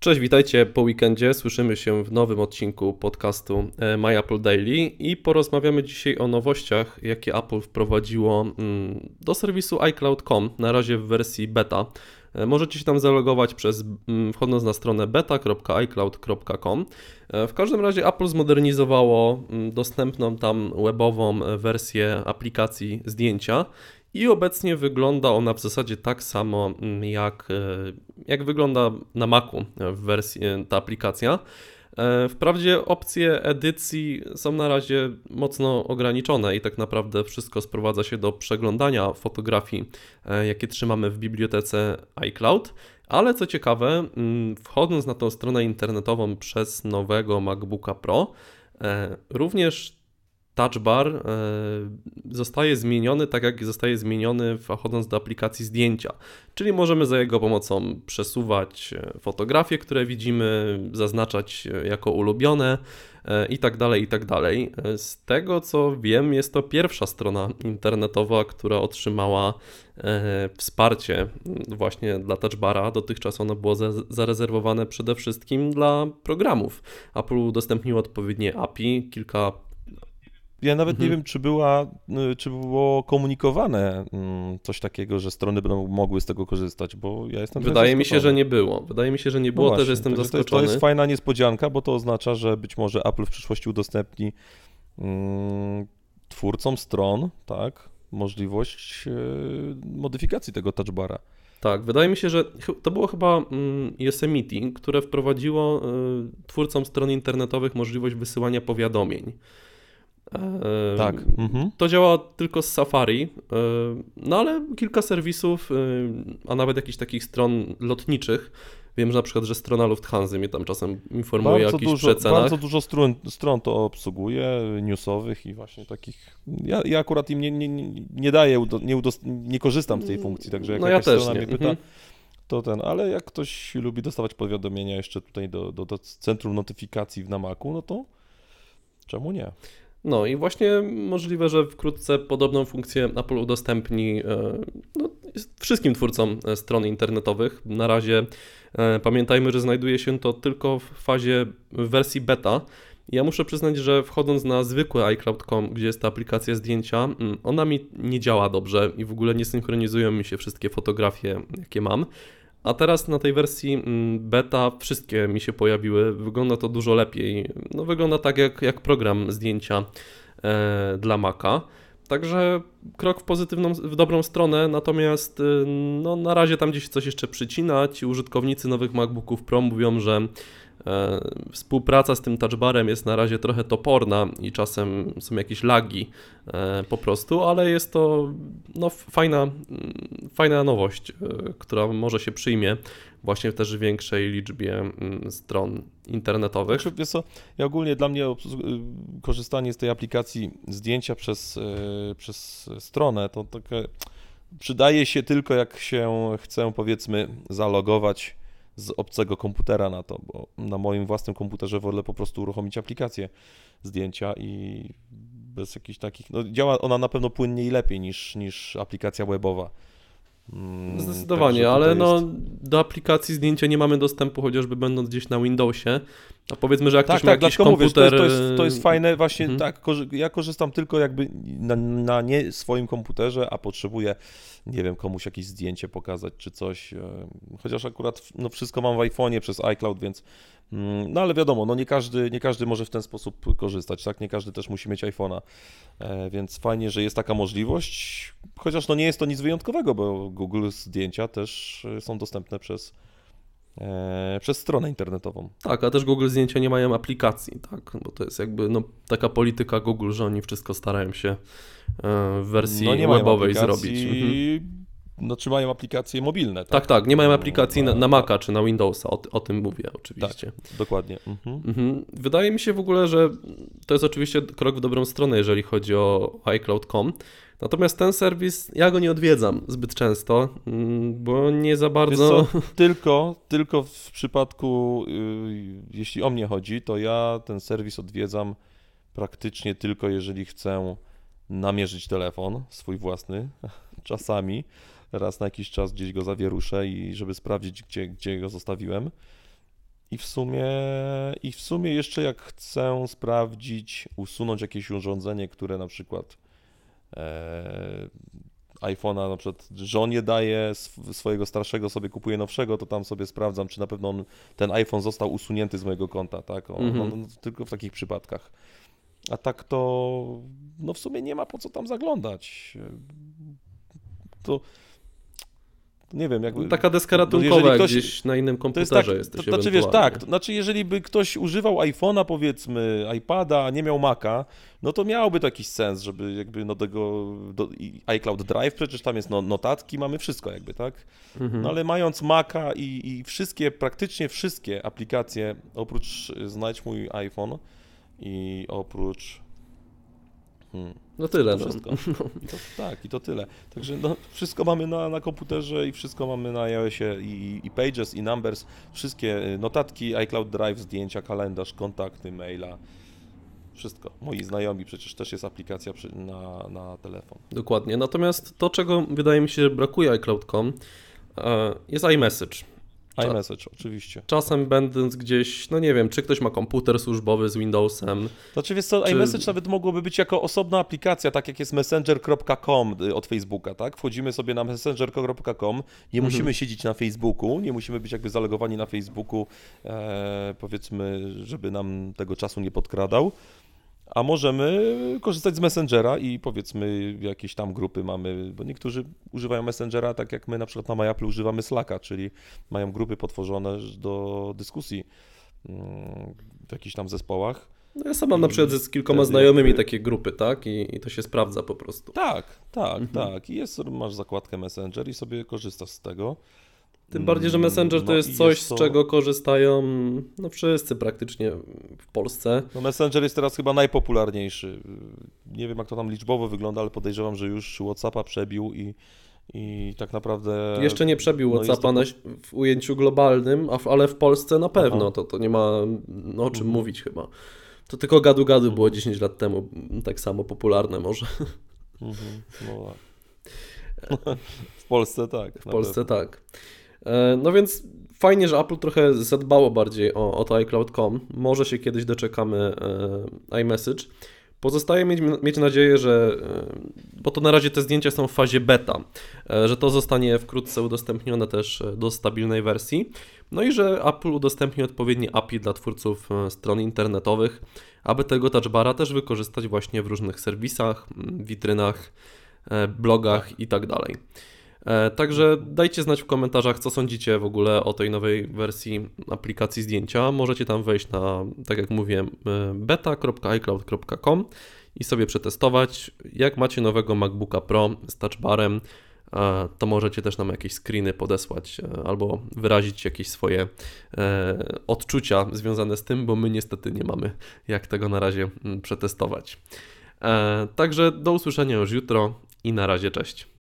Cześć, witajcie po weekendzie. Słyszymy się w nowym odcinku podcastu My Apple Daily i porozmawiamy dzisiaj o nowościach, jakie Apple wprowadziło do serwisu iCloud.com, na razie w wersji beta. Możecie się tam zalogować wchodząc na stronę beta.icloud.com. W każdym razie Apple zmodernizowało dostępną tam webową wersję aplikacji zdjęcia i obecnie wygląda ona w zasadzie tak samo jak wygląda na Macu w wersji ta aplikacja. Wprawdzie opcje edycji są na razie mocno ograniczone i tak naprawdę wszystko sprowadza się do przeglądania fotografii, jakie trzymamy w bibliotece iCloud, ale co ciekawe, wchodząc na tą stronę internetową przez nowego MacBooka Pro, również Touch Bar zostaje zmieniony tak jak zostaje zmieniony wchodząc do aplikacji zdjęcia, czyli możemy za jego pomocą przesuwać fotografie, które widzimy, zaznaczać jako ulubione i tak dalej, i tak dalej. Z tego co wiem, jest to pierwsza strona internetowa, która otrzymała wsparcie właśnie dla Touch Bara. Dotychczas ono było zarezerwowane przede wszystkim dla programów. Apple udostępniło odpowiednie API, Ja nawet nie wiem, czy było komunikowane coś takiego, że strony będą mogły z tego korzystać, bo ja jestem Wydaje mi się, że nie było. No właśnie, też jestem zaskoczony. To jest fajna niespodzianka, bo to oznacza, że być może Apple w przyszłości udostępni twórcom stron, tak, możliwość modyfikacji tego Touch Bara. Tak, wydaje mi się, że to było chyba Yosemite, które wprowadziło twórcom stron internetowych możliwość wysyłania powiadomień. Tak. To działa tylko z Safari, no ale kilka serwisów, a nawet jakichś takich stron lotniczych. Wiem, że na przykład, że strona Lufthansa mnie tam czasem informuje o jakichś przecenach. Bardzo dużo stron to obsługuje, newsowych i właśnie takich. Ja akurat im nie daję, nie korzystam z tej funkcji, także jak jakaś strona mnie pyta, to ale jak ktoś lubi dostawać powiadomienia jeszcze tutaj do centrum notyfikacji na Macu, no to czemu nie? No i właśnie możliwe, że wkrótce podobną funkcję Apple udostępni wszystkim twórcom stron internetowych. Na razie pamiętajmy, że znajduje się to tylko w wersji beta. Ja muszę przyznać, że wchodząc na zwykły iCloud.com, gdzie jest ta aplikacja zdjęcia, ona mi nie działa dobrze i w ogóle nie synchronizują mi się wszystkie fotografie, jakie mam. A teraz na tej wersji beta wszystkie mi się pojawiły, wygląda to dużo lepiej. No, wygląda tak jak program zdjęcia dla Maca. Także krok w dobrą stronę, natomiast no, na razie tam gdzieś coś jeszcze przycina. Ci użytkownicy nowych MacBooków Pro mówią, że współpraca z tym Touch Barem jest na razie trochę toporna i czasem są jakieś lagi po prostu, ale jest to fajna nowość, która może się przyjmie właśnie w też większej liczbie stron internetowych. Wiesz co, dla mnie korzystanie z tej aplikacji zdjęcia przez stronę to takie przydaje się tylko jak się chcę, powiedzmy, zalogować z obcego komputera na to, bo na moim własnym komputerze wolę po prostu uruchomić aplikację zdjęcia i bez jakichś takich, działa ona na pewno płynniej i lepiej niż aplikacja webowa. Zdecydowanie, ale do aplikacji zdjęcia nie mamy dostępu, chociażby będąc gdzieś na Windowsie. A powiedzmy, że jak ktoś ma jakiś komputer... Mówię, to jest fajne, właśnie tak, ja korzystam tylko jakby na nie swoim komputerze, a potrzebuję, nie wiem, komuś jakieś zdjęcie pokazać czy coś, chociaż akurat wszystko mam w iPhone'ie przez iCloud, więc ale wiadomo, nie każdy może w ten sposób korzystać, tak, nie każdy też musi mieć iPhone'a, więc fajnie, że jest taka możliwość, chociaż nie jest to nic wyjątkowego, bo Google zdjęcia też są dostępne przez stronę internetową. Tak, a też Google zdjęcia nie mają aplikacji, tak, bo to jest jakby taka polityka Google, że oni wszystko starają się w wersji webowej zrobić. Czy mają aplikacje mobilne. Tak, nie mają aplikacji na Maca czy na Windowsa, o tym mówię oczywiście. Tak, dokładnie. Wydaje mi się w ogóle, że to jest oczywiście krok w dobrą stronę, jeżeli chodzi o iCloud.com. Natomiast ten serwis, ja go nie odwiedzam zbyt często, bo nie za bardzo... Tylko w przypadku, jeśli o mnie chodzi, to ja ten serwis odwiedzam praktycznie tylko jeżeli chcę namierzyć telefon, swój własny, czasami, raz na jakiś czas gdzieś go zawieruszę i żeby sprawdzić, gdzie go zostawiłem. I w sumie jeszcze jak chcę sprawdzić, usunąć jakieś urządzenie, które na przykład iPhone'a na przykład żonie daje, swojego starszego sobie kupuje nowszego, to tam sobie sprawdzam, czy na pewno ten iPhone został usunięty z mojego konta, tak? Tylko w takich przypadkach. A tak to, no w sumie nie ma po co tam zaglądać. To nie wiem, jakby... Taka deska ratunkowa gdzieś na innym komputerze jesteś znaczy wiesz, tak, to znaczy jeżeli by ktoś używał iPhone'a, powiedzmy, iPada, a nie miał Maca, no to miałoby to jakiś sens, żeby jakby iCloud Drive, przecież tam jest notatki, mamy wszystko jakby, tak? No ale mając Maca i praktycznie wszystkie aplikacje, oprócz Znajdź mój iPhone i oprócz... No tyle. To wszystko. I to tyle. Także no, wszystko mamy na komputerze i wszystko mamy na iOSie i Pages, i Numbers, wszystkie notatki, iCloud Drive, zdjęcia, kalendarz, kontakty, maila, wszystko. Moi znajomi, przecież też jest aplikacja na telefon. Dokładnie. Natomiast to, czego wydaje mi się, że brakuje iCloud.com, jest iMessage. iMessage, oczywiście. Czasem będąc gdzieś, no nie wiem, czy ktoś ma komputer służbowy z Windowsem. Znaczy wiesz co, iMessage nawet mogłoby być jako osobna aplikacja, tak jak jest messenger.com od Facebooka, tak? Wchodzimy sobie na messenger.com, nie musimy siedzieć na Facebooku, nie musimy być jakby zalogowani na Facebooku, powiedzmy, żeby nam tego czasu nie podkradał. A możemy korzystać z Messengera i powiedzmy jakieś tam grupy mamy, bo niektórzy używają Messengera tak jak my na przykład na MyApple używamy Slacka, czyli mają grupy potworzone do dyskusji w jakichś tam zespołach. No ja sam mam na przykład z kilkoma znajomymi takie grupy, tak? I to się sprawdza po prostu. Tak. I masz zakładkę Messenger i sobie korzystasz z tego. Tym bardziej, że Messenger to jest coś, z czego korzystają no wszyscy praktycznie w Polsce. No Messenger jest teraz chyba najpopularniejszy. Nie wiem jak to tam liczbowo wygląda, ale podejrzewam, że już WhatsAppa przebił i tak naprawdę... Jeszcze nie przebił WhatsAppa w ujęciu globalnym, ale w Polsce na pewno. To nie ma o czym mówić chyba. To tylko gadu było 10 lat temu tak samo popularne może. No, w Polsce tak. W Polsce tak. No więc fajnie, że Apple trochę zadbało bardziej o to iCloud.com. Może się kiedyś doczekamy iMessage. Pozostaje mieć nadzieję, że, bo to na razie te zdjęcia są w fazie beta, że to zostanie wkrótce udostępnione też do stabilnej wersji. No i że Apple udostępni odpowiednie API dla twórców stron internetowych, aby tego touchbara też wykorzystać właśnie w różnych serwisach, witrynach, blogach i tak dalej. Także dajcie znać w komentarzach, co sądzicie w ogóle o tej nowej wersji aplikacji zdjęcia. Możecie tam wejść na, tak jak mówiłem, beta.icloud.com i sobie przetestować. Jak macie nowego MacBooka Pro z touchbarem, to możecie też nam jakieś screeny podesłać albo wyrazić jakieś swoje odczucia związane z tym, bo my niestety nie mamy jak tego na razie przetestować. Także do usłyszenia już jutro i na razie, cześć.